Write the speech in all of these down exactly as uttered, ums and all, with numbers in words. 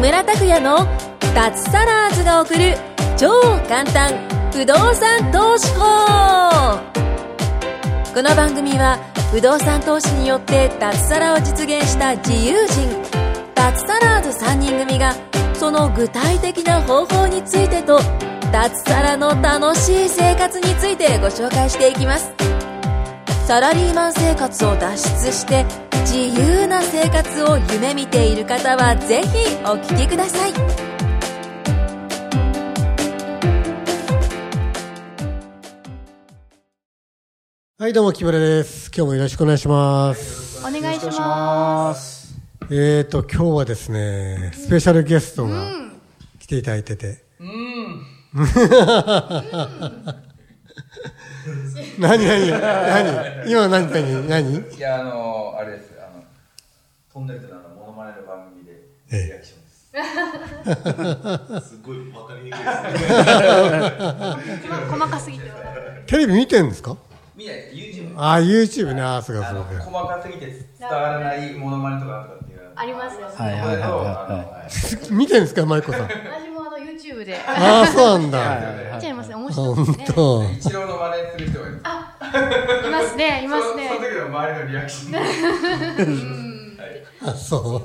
村拓哉の脱サラーズが送る超簡単不動産投資法。この番組は不動産投資によって脱サラを実現した自由人脱サラーズさんにん組がその具体的な方法についてと脱サラの楽しい生活についてご紹介していきます。サラリーマン生活を脱出して自由な生活を夢見ている方はぜひお聞きください。 はい、どうも木村です。今日もよろしくお願いします。 お願いします。 えーと今日はですね、スペシャルゲストが来ていただいてて、うん、何何何今何何何いやあのあれです、あのトンネルズのあのモノマネの番組でリアクションです。ええ、すごいわかりにくいですね。 細かすぎてテレビ見てるんですか？ 見ないです。 YouTube。 ああ YouTube ね。ああそうかそうか。 細かすぎて伝わらないモノマネとかあったっていうありますよね。 はいはいはいはい。 見てるんですか、マイコさん？ 私もあの YouTube で。 ああそうなんだ。 見ちゃいますね。面白いですね。 本当。 イチローの真似する人がいる。 あ、いますねいますね。 そ, その時の周りのリアクション。 あ、そう。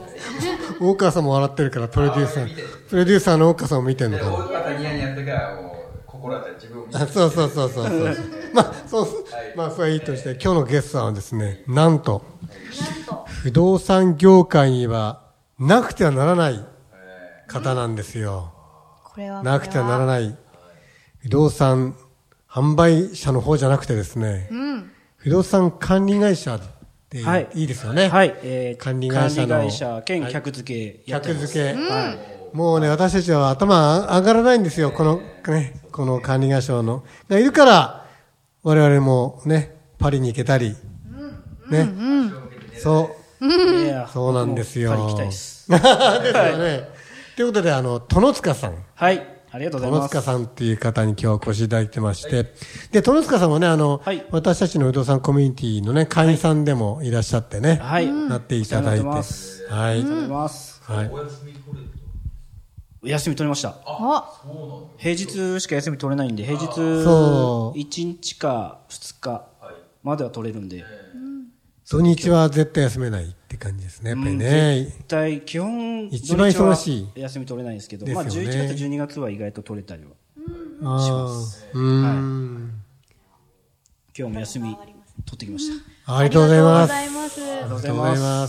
大川さんも笑ってるからプロデューサープロデューサーの大川さんも見てるのかな。 大川さんニヤニヤってからもう心当たり自分を見て。 あ、そうそうそうそうそうまあそう、はい、まあそれはいいとして、今日のゲストはですね、なんと不動産業界にはなくてはならない方なんですよ。これはなくてはならない不動産販売者の方じゃなくてですね、うん、不動産管理会社で、はい、いいですよね。 はい、えー、 管理会社の管理会社兼客付けやってます。 客付け、うんはい、もうね、私たちは頭上がらないんですよ。このね、この管理会社のがいるから我々もね、パリに行けたり、うん、ね、うんうん、そう、うん、そうなんですよ。 パリ行きたいです。 ですよね。ということで、あの殿塚さん、 はい、ありがとうございます。 殿塚さんっていう方に今日はお越しいただいてまして、はい、で殿塚さんはね、あの、はい、私たちの不動産コミュニティのね会員さんでもいらっしゃってね、はい、なっていただいて、はい、 ありがとうございます。はい。お休み取れました。あ、平日しか休み取れないんで、平日いちにちかふつかまでは取れるんで、 土日は絶対休めないって感じですね、やっぱりね。 絶対基本一番忙しい休み取れないんですけど、まあじゅういちがつじゅうにがつは意外と取れたりはします。 うん、 今日も休み取ってきました。 ありがとうございます。 ありがとうございます。 ありがとうございます。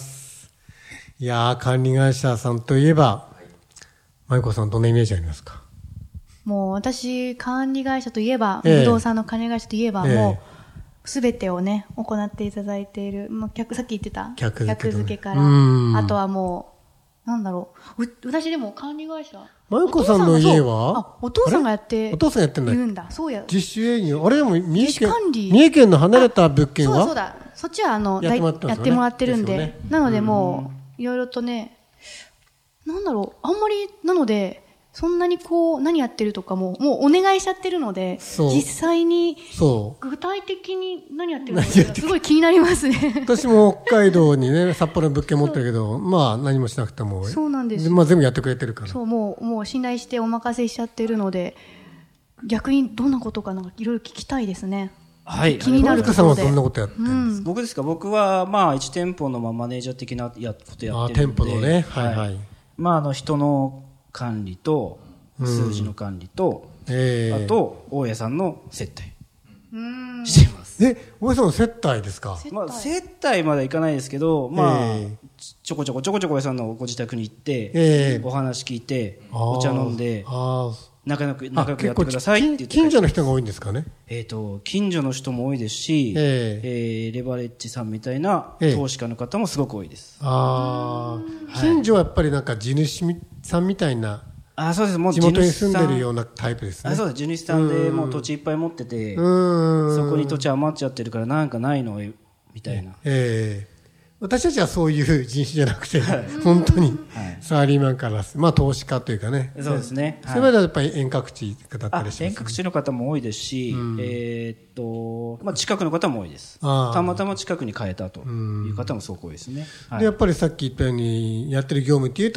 いやー、管理会社さんといえば、マイコさんどんなイメージありますか？ もう私、管理会社といえば、ええ、不動産の管理会社といえば、ええ、もうすべてをね行っていただいている、まあ、客さっき言ってた客付け、 客付けから、あとはもうなんだろう、う私でも管理会社、 マイコさんの家はあ、お父さんがやってお父さんやってんだ。 言うんだ、そうや。 自主営業、あれでも三重県三重県の離れた物件は、 そうだそうだ、そっちはあのやってもらってますよね。やってもらってるんで、ね、なのでもういろいろとね、なんだろう、あんまりなのでそんなにこう何やってるとかももうお願いしちゃってるので、実際に具体的に何やってるのかすごい気になりますね。 私も北海道にね、札幌の物件持ってるけど、まあ何もしなくても、 そうなんです、 まあ、全部やってくれてるから、 そう、もうもう信頼してお任せしちゃってるので、逆にどんなことかなんかいろいろ聞きたいですね。 はい、 気になるところで。 さんはどんなことやってるんですか？ うん、僕ですか？僕はまあいち店舗のまあマネージャー的なやことやってるんで、あ、 店舗のね、はいはい、 まああの人の管理と数字の管理と、うん、えー、あと大家さんの接待しています。 え、大家さんの接待ですか？ まあ、接待まではいかないですけど、まあ、えー、ちょこちょこちょこちょこ大家さんのご自宅に行って、えー、お話聞いてお茶飲んで、あ仲良く仲良くやってくださいって言って。 近所の人が多いんですかね？ えーと、近所の人も多いですし、えーえー、レバレッジさんみたいな投資家の方もすごく多いです。 えー、あ近所はやっぱりなんか地主さんみたいな、 あ、そうです。もう地元に住んでるようなタイプですね。 あ、そうです。地主さんでもう土地いっぱい持ってて、そこに土地余っちゃってるからなんかないのみたいな。ええー、 私たちはそういう人種じゃなくて、はい、本当にサラリーマンから、まあ投資家というかね。 そうですね。 それまではやっぱり遠隔地だったりします、ね。 遠隔地の方も多いですし、うん、えー、っと、まあ近くの方も多いです。たまたま近くに変えたという方もすごく多いですね。はい、 でやっぱりさっき言ったようにやってる業務っていうと、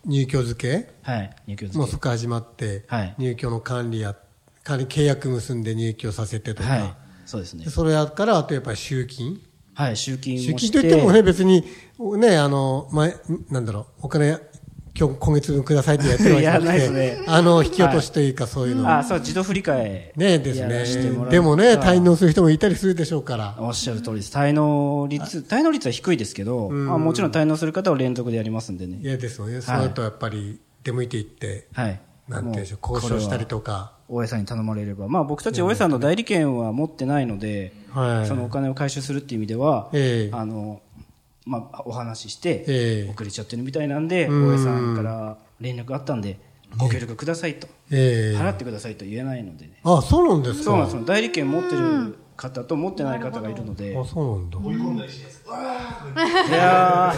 入居付け、 はい、入居付けもうそこ始まって、はい、入居の管理や、管理契約結んで入居させてとか、はい、 そうですね。 それやから、あとやっぱり集金。 はい、集金もして。 集金といってもね、別に、ね、あの、前、なんだろう、お金、今日、今月分くださいってやってるわけじゃなくて、やらないですね。あの、引き落としというか、そういうの。 あ、そう、自動振り替え。 ねですね。でもね、滞納する人もいたりするでしょうから。 おっしゃる通りです。滞納率、滞納率は低いですけど、まあもちろん滞納する方は連続でやりますんでね。 いやですよね。その後やっぱり、出向いていって、はい。なんていうんでしょう、交渉したりとか。 大江さんに頼まれれば。まあ僕たち大江さんの代理権は持ってないので、はい。そのお金を回収するっていう意味では、ええ。あの、まあお話しして、遅れちゃってるみたいなんで、大江さんから、連絡あったんで、ご協力くださいと、えー、払ってくださいと言えないのでね。 あ、そうなんですか。 そうなんです。代理権持ってる方と持ってない方がいるので。 あ、そうなんだ。追い込んだりしやすい。 いや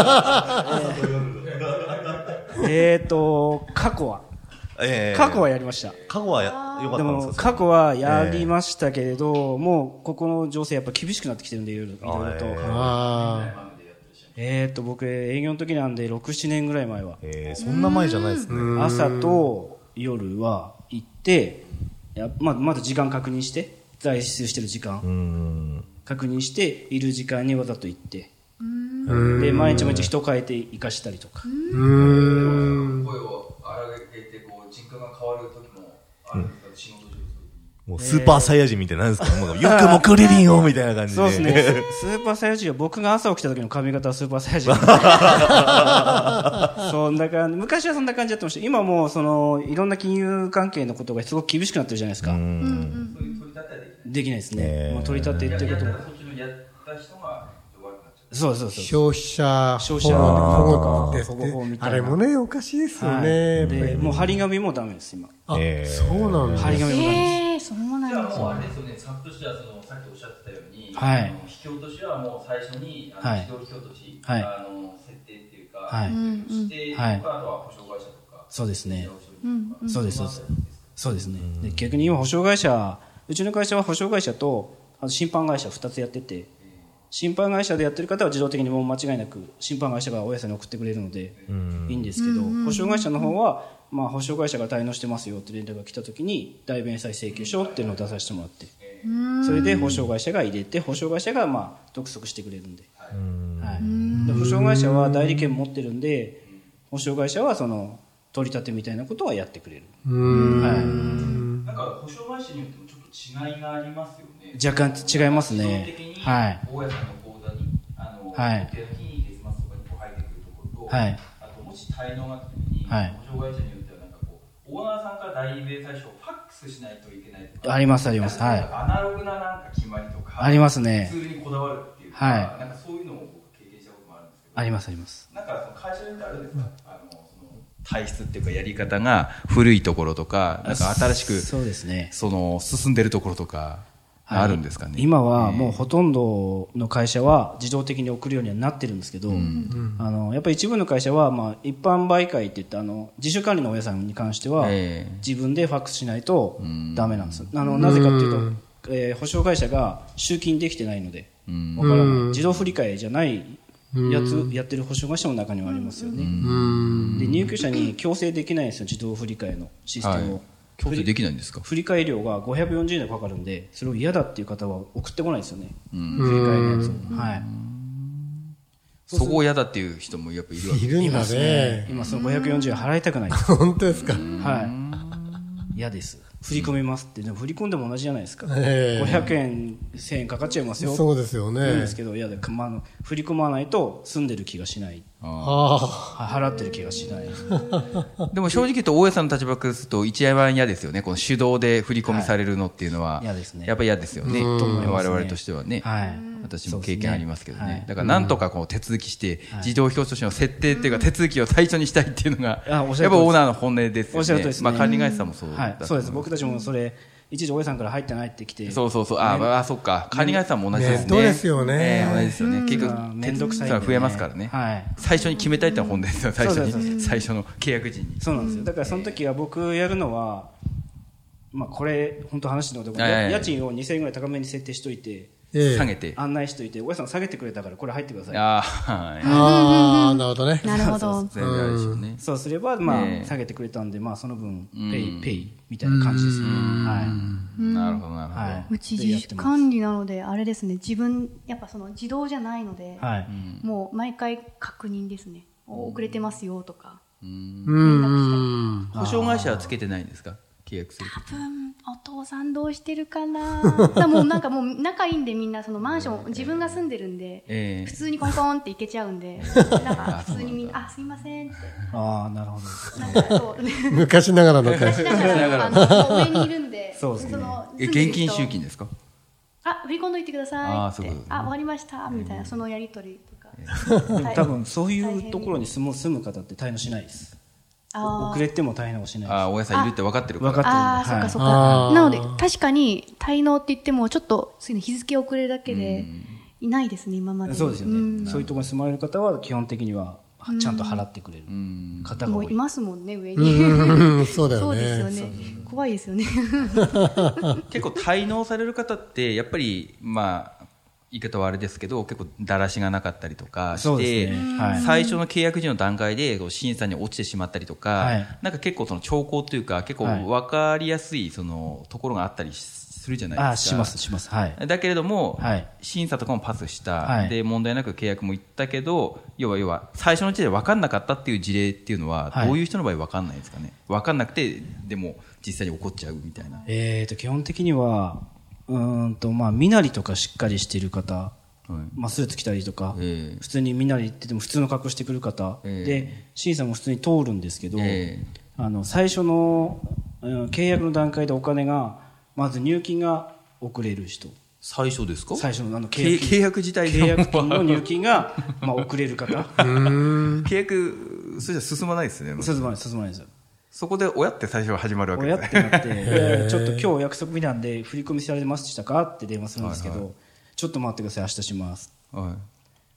ー。えーと、過去は。えー、過去はやりました。 過去はや、よかったんですか。 でも、過去はやりましたけれど、えー、もう、ここの情勢やっぱ厳しくなってきてるんで、いろいろと。あーえーと、僕、営業の時なんで、ろく、ななねんぐらい前は。 えー、そんな前じゃないですね。 朝と夜は行って、やままず時間確認して、在室してる時間。確認して、いる時間にわざと行って。で、毎日毎日人を変えて生かしたりとか。声を荒げて、こう、実家が変わる時もあるんですか、仕事中。 もうスーパーサイヤ人みたいな、なんですか、もうよくもクリリンよみたいな感じで。 そうですね。スーパーサイヤ人は僕が朝起きた時の髪型はスーパーサイヤ人。そんな感じ。昔はそんな感じだったました。今もうそのいろんな金融関係のことがすごく厳しくなってるじゃないですか。うん。できないですね。もう取り立てっていうことも。そっちのやった人が弱くなっちゃう。そうそうそう。 消費者消費者保護ですね。あれもねおかしいですよね。 でもう張り紙もダメです今。 あ、そうなんです。 張り紙もダメです。 そうなんですよ。 じゃあもうあれですよね、策としてはそのさっきおっしゃってたように、はい、引き落としはもう最初にあの、はい、自動引き落とし、はい、あの設定っていうか、はい、して、はい、あとは保証会社とか、 そうですね。そうですそうです。そうですね。で逆に今保証会社、うちの会社は保証会社とあの審判会社ふたつやってて、審判会社でやってる方は自動的にもう間違いなく審判会社がおやさんに送ってくれるのでいいんですけど、保証会社の方はまあ、保証会社が滞納してますよって連絡が来たときに代弁済請求書っていうのを出させてもらって、それで保証会社が入れて保証会社がまあ督促してくれるんで、はい、で保証会社は代理権持ってるんで保証会社はその取り立てみたいなことはやってくれる。 うーん、はい、なんか保証会社によってもちょっと違いがありますよね。 若干違いますね。 はい。大家さんの口座にあの、はい、手の日に月末とかにこう入ってくるところと、はい、あともし滞納があった時に、はい、保証会社によってはなんかこうオーナーさんから代理弁済書をファックスしないといけないとか、 ありますあります。はい。 アナログななんか決まりとかありますね。 ツールにこだわるっていうか、はい、なんかそういうのを僕経験したこともあるんですけど。 ありますあります。 なんかその会社によってあるんですか。うん、あのその体質っていうかやり方が古いところとか、なんか新しくそうですね。 その進んでるところとか。あるんですかね。 今はもうほとんどの会社は自動的に送るようにはなってるんですけど、うん、あのやっぱり一部の会社はまあ一般媒介って言ってあの自主管理の親さんに関しては自分でファックスしないとダメなんですよ。あのなぜかっていうと、えー、保証会社が集金できてないのでわからない。自動振り替えじゃないやつやってる保証会社も中にはありますよね。で入居者に強制できないんですよ、自動振り替えのシステムを。はい、 強制できないんですか。 振り替え料がごひゃくよんじゅうえんでかかるんで、それを嫌だっていう方は送ってこないですよね。うん、振り替えのやつを。はい。 そこを嫌だっていう人もやっぱいるわけいるんだね。 今そのごひゃくよんじゅうえん払いたくない。 本当ですか。 はい。嫌です。振り込みますって、でも振り込んでも同じじゃないですか。えー、ごひゃくえん、せんえんかかっちゃいますよ。 そうですよね。 言うんですけど、いや、まあ、振り込まないと住んでる気がしない。ああ。払ってる気がしない。 でも正直言うと大家さんの立場からすると一番嫌ですよね。この手動で振り込みされるのっていうのは。 嫌ですね。 やっぱり嫌ですよね。我々としてはね。はい。私も経験ありますけどね。だからなんとかこう手続きして自動表彰書の設定っていうか手続きを最初にしたいっていうのが、やっぱオーナーの本音ですよね。 おっしゃるとですね。 まあ管理会社さんもそうだ。 はい。そうです。僕たちもそれ、一時大家さんから入ってないってきて。 そうそうそう。ああ、そっか。管理会社さんも同じですね。 そうですよね。 同じですよね。結局、 めんどくさい。 増えますからね。はい。最初に決めたいって本音ですよ、最初に。最初の契約時に。 そうなんですよ。だからその時は僕やるのは、まあこれ、本当話してるので、家賃をにせんえんぐらい高めに設定しといて、 下げて、 えー、案内しといて、大家さん下げてくれたからこれ入ってください。 ああ、なるほどね。 なるほど。 全然あれですよね。 そうすれば、まあ、えー、下げてくれたんで、まあ、その分、ペイ、ペイみたいな感じですね。はい。 なるほど、なるほど。はい、 うち自主管理なので、あれですね、自分、やっぱその自動じゃないので、はい、もう毎回確認ですね。遅れてますよとか。 うん。保証会社はつけてないんですか？契約する多分お父さんどうしてるかなだもうなんかもう仲いいんでみんなそのマンション、えー、自分が住んでるんで、えー、普通にコンコンって行けちゃうんでなんか普通にみんなあすいませんってああなるほどなんかそう昔ながらの昔ながらあの上にいるんでそうですねそのえ現金集金ですか？ あ振り込んどいてくださいってあそうそう、あ終わりましたみたいなそのやり取りとか、 えー、多分そういうところに住む住む方って対応しないです。遅れても滞納しないです。 あ、大家さんいるって分かってるから。 分かってるんで。 ああ、そっかそっか。なので、確かに滞納って言っても、ちょっと、そういうの日付遅れるだけで、いないですね、今まで。 そうですよね。そういうところに住まれる方は、基本的には、ちゃんと払ってくれる方が多い。 もういますもんね、上に。 そうだよね。 そうですよね。怖いですよね。 結構滞納される方って、やっぱり、まあ、言い方はあれですけど結構だらしがなかったりとかして、ねはい、最初の契約時の段階で審査に落ちてしまったりとか、はい、なんか結構その兆候というか結構分かりやすいそのところがあったりするじゃないですか。 あしますします、はい、 だけれども、はい、審査とかもパスした、はい、で問題なく契約もいったけど要は要は最初のうちで分かんなかったっていう事例っていうのは、はい、どういう人の場合分かんないですかね。分かんなくてでも実際に起こっちゃうみたいな。 えーと基本的にはうんとまあ身なりとかしっかりしている方、はいまあ、スーツ着たりとか、えー、普通に身なりってても普通の格好してくる方、えー、で審査も普通に通るんですけど、えー、あの最初の、うん、契約の段階でお金がまず入金が遅れる人。 最初ですか？ 最初のあの契約契約自体契約金の入金がまあ遅れる方契約それじゃ進まないですね。 進まない進まないですよ。 そこで親って最初は始まるわけですね。 親ってなって、えー、ちょっと今日約束日なんで振り込みされましたかって電話するんですけど、はいはい、ちょっと待ってください明日します、はい、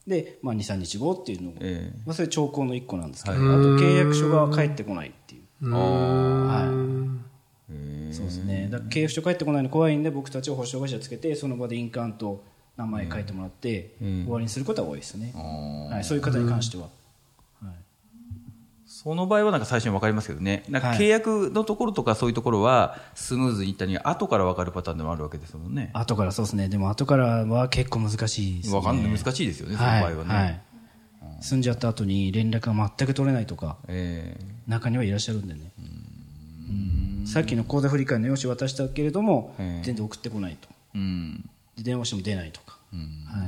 で、まあ、にさんにちごっていうのを、えーまあ、それ兆候のいっこなんですけど、はい、あと契約書が返ってこないっていう、はい、そうですね。だから契約書返ってこないの怖いんで僕たちを保証会社つけてその場で印鑑と名前書いてもらって、うん、終わりにすることは多いですね、はい、そういう方に関しては。 その場合はなんか最初に分かりますけどね。なんか契約のところとかそういうところはスムーズにいったり後から分かるパターンでもあるわけですもんね。 後からそうですね。でも後からは結構難しいですね。 分かんない難しいですよね、はい、その場合はね、はい、 住んじゃった後に連絡が全く取れないとか、えー、中にはいらっしゃるんでね。うんさっきの口座振替の用紙渡したけれども、えー、全然送ってこないと。うんで電話しても出ないとか、はい、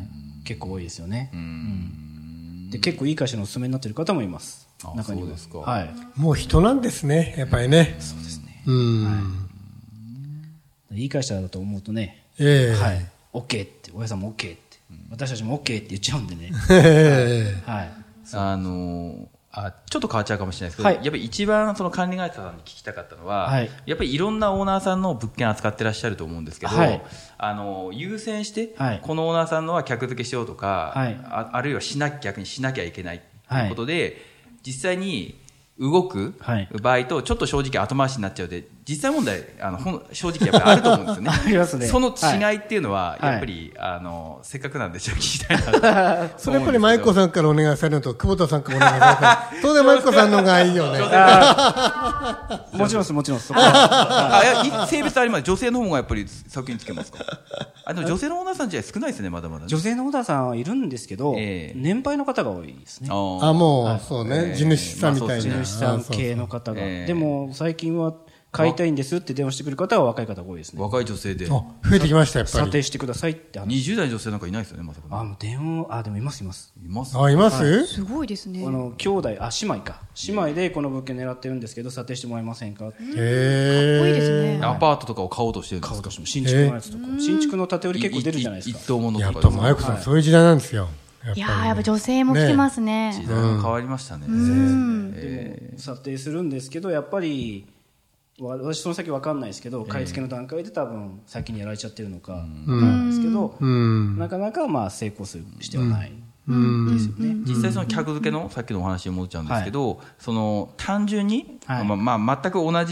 結構多いですよね。うんで結構いい会社のお勤めになっている方もいます。中には。そうですか。はい。 もう人なんですね、やっぱりね。 そうですね。うん。はい、いい会社だと思うとね、 えー、 はい。OK って、親さんも OK って、うん、私たちも OK って言っちゃうんでね。はい。はい、 あのー、あ、ちょっと変わっちゃうかもしれないですけど、はい、やっぱり一番その管理会社さんに聞きたかったのは、はい、やっぱりいろんなオーナーさんの物件扱ってらっしゃると思うんですけど、はい、あの優先して、はい、このオーナーさんのは客付けしようとか、はい、あ, あるいはしな逆にしなきゃいけないということで、はい、実際に動く場合とちょっと正直後回しになっちゃうで実際問題あの正直やっぱりあると思うんですよね。 ありますね。 その違いっていうのはやっぱり、はい、あのせっかくなんでちょっと聞きたいなとそれやっぱり舞子さんからお願いされるのと久保田さんからお願いされるのと当然舞子さんの方がいいよね。 もちろんですもちろんです。 あいや性別あります。女性の方がやっぱり先につけますか。あの女性のオーナーさんじゃ少ないですねまだまだ、ね、 女性のオーナーさんはいるんですけど、えー、年配の方が多いですね。 ああもう、はい、そうね、えー、地主さんみたいな、まあ、 地主さん系の方が、えー、でも最近は買いたいんですって電話してくる方は若い方が多いですね。 若い女性で増えてきました。やっぱり査定してくださいって話。 にじゅう代女性なんかいないですよねまさか、ね、 あもう電話あでもいますいますいますあいます、はい、 すごいですね。 あの兄弟あ姉妹か姉妹でこの物件狙ってるんですけど査定してもらえませんか。へえかっこいいですね。 アパートとかを買おうとしてるんですか。 買おうとしても新築のやつとか新築の建て売り結構出るじゃないですか。 一棟物とかやっぱマイクさん、はい、そういう時代なんですよ。 やっぱりね、いややっぱ女性も来てますね。 時代も変わりましたね。 うんでも査定するんですけどやっぱり私その先分かんないですけど買い付けの段階で多分先にやられちゃってるのか分かんないですけど、うん、なかなかまあ成功するしてはない、うんですよね。 実際その客付けのさっきのお話に戻っちゃうんですけど、はい、その単純に、はいまあ、まあ全く同じ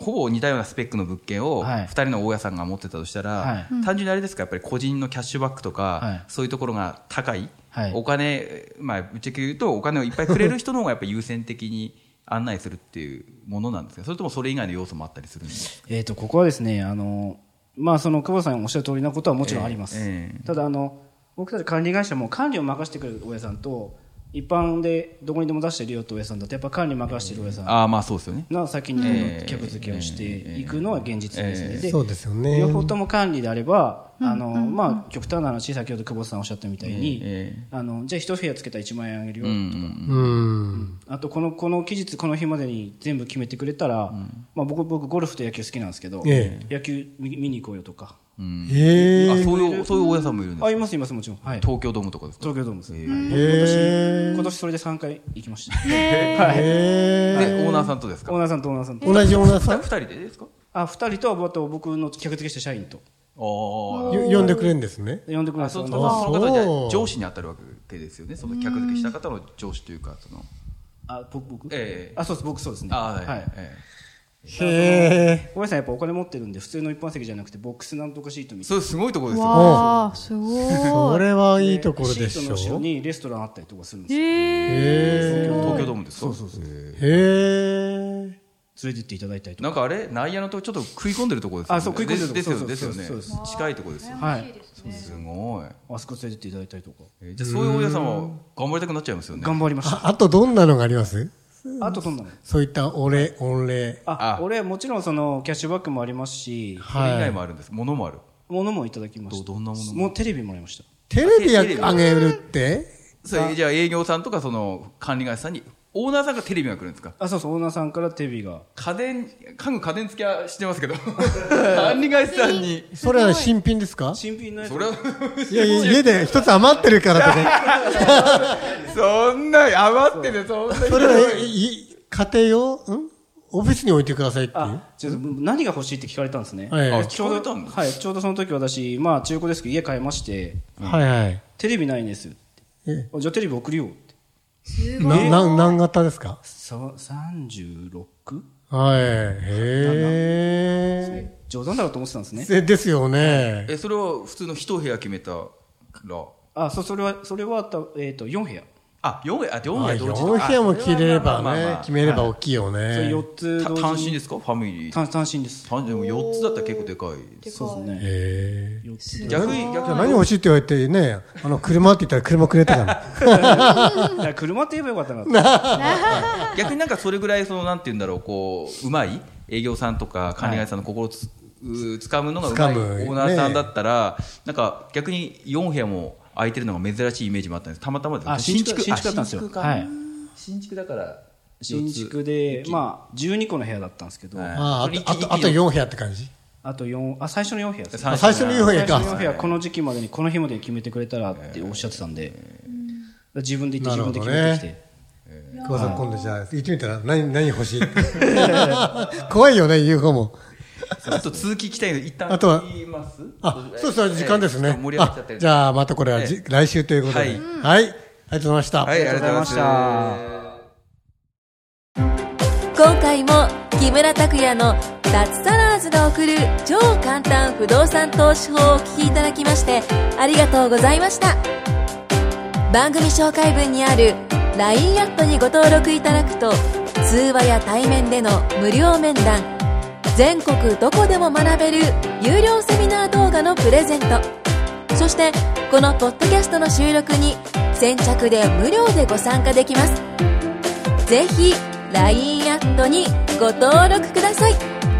ほぼ似たようなスペックの物件をふたりの大家さんが持ってたとしたら、はい、単純にあれですか、やっぱり個人のキャッシュバックとか、はい、そういうところが高い、はい、お金、まあぶっちゃけ言うとお金をいっぱいくれる人の方がやっぱり優先的に案内するっていうものなんですか、それともそれ以外の要素もあったりするんですか。 えーとここはですね、あのまあその久保さんおっしゃる通りなことはもちろんあります。えーえー、ただあの僕たち管理会社も管理を任せてくれる大家さんと一般でどこにでも出してるよって大家さんだとやっぱ管理任せてる大家さんああまあそうですよねの先に客付けをしていくのは現実ですね。 えーえー、でそうですよね。 両方とも管理であればあの、まあ、極端な話先ほど久保さんおっしゃったみたいに、えー、あのじゃあ一部屋つけたらいちまんえんあげるよとか、うん、あとこのこの期日この日までに全部決めてくれたら、うんまあ、僕僕ゴルフと野球好きなんですけど、えー、野球見, 見に行こうよとか。 うん、へあそういうそういう大家さんもいるんですか。 あいますいますもちろん、はい、 東京ドームとかですか。 東京ドームです。へ今年今年それでさんかい行きました。 へはい、でオーナーさんとですか。 オーナーさんとオーナーさんと同じオーナーさんふたりでですか。 あふたりとあと僕の客付けした社員と呼んでくれるんですね。 呼んでくれるんです。 その方じゃ上司に当たるわけですよね。その客付けした方の上司というかそのあ僕僕、 えー、 あそうです僕そうですね。 あはい、 はいへえ。 小林さんやっぱお金持ってるんで普通の一般席じゃなくてボックスなんとかシートみたいな。 そうすごいところですよ。 わあすごい。 それはいいところでしょ。 シートの後ろにレストランあったりとかするんですよ。 へえ。東京ドームですか。 そうそうそう。へえ。 連れてっていただいたりとか。 なんかあれ内野のとこちょっと食い込んでるところですよね。 あそう食い込んでるですよねですよね。近いところですよね。 はい。 すごい。 あそこ連れてっていただいたりとか。 じゃあそういう大家さんは頑張りたくなっちゃいますよね。 頑張りました。 あとどんなのがあります？ あとどんなの？ そういったお礼、御礼。 あ、お礼もちろんそのキャッシュバックもありますし、 それ以外もあるんです。物もある。 物もいただきました。 どんなもの？ もうテレビもらいました。 テレビあげるって？ それじゃあ営業さんとかその管理会社さんにオーナーさんがテレビが来るんですか？ あ、そうそうオーナーさんからテレビが。 家電家具家電付きはしてますけど管理会社さんに。 それは新品ですか？ 新品のやつ。 それはいやいや家で一つ余ってるからとか。 そんな余っててそんな。 それはい家庭用、んオフィスに置いてくださいっていう。あ、 ちょっと何が欲しいって聞かれたんですね。 はいはい、 ちょうど、はい、ちょうどその時私、まあ中古ですけど家買いまして、 はいはい。 テレビないんですって。えじゃあテレビ送るよって。 すごい。 な、な、何型ですか？ さ、さんじゅうろく？ はい。へー。冗談だろうと思ってたんですね。 え、ですよね。 え、それは普通の一部屋決めたら。 あ、そう、それは、それは、えっと、よん部屋。 あ、よん部屋、あ、よん部屋同時。 よん部屋も決めればね、決めれば大きいよね。 それよっつ同時。 単身ですか？ファミリー。 単身です。 単身、よっつだったら結構でかい。 そうですね。 へー。 逆に、逆に。 何欲しいって言われてね、あの、車って言ったら車くれたから。 車って言えばよかったな。 逆になんかそれぐらい、その、なんて言うんだろう、こう、うまい営業さんとか管理会社さんの心をつ、つかむのがうまいオーナーさんだったら、なんか逆によん部屋も、空いてるのが珍しいイメージもあったんです。たまたまです。 あ、新築、新築だったんですよ。はい。 新築だから。 新築で、まあ、じゅうにこの部屋だったんですけど。 ああ、あと、あとよん部屋って感じ？ あとよん、あ、最初のよん部屋です。 最初のよん部屋か。 最初のよん部屋、この時期までに、この日までに決めてくれたらっておっしゃってたんで、自分で行って自分で決めてきて。 久保さん、今度じゃあ、行ってみたら、何、何欲しい怖いよね、言う方も。 あと続き聞きたいので一旦言います。 あ、そうそう、時間ですね。あ、じゃあまたこれはじ、来週ということで。はい。はい。ありがとうございました。 はい、ありがとうございました。 今回も木村拓哉の脱サラーズが送る超簡単不動産投資法をお聞きいただきましてありがとうございました。番組紹介文にある ライン アットにご登録いただくと通話や対面での無料面談、全国どこでも学べる有料セミナー動画のプレゼント、そしてこのポッドキャストの収録に先着で無料でご参加できます。ぜひ ライン アットにご登録ください。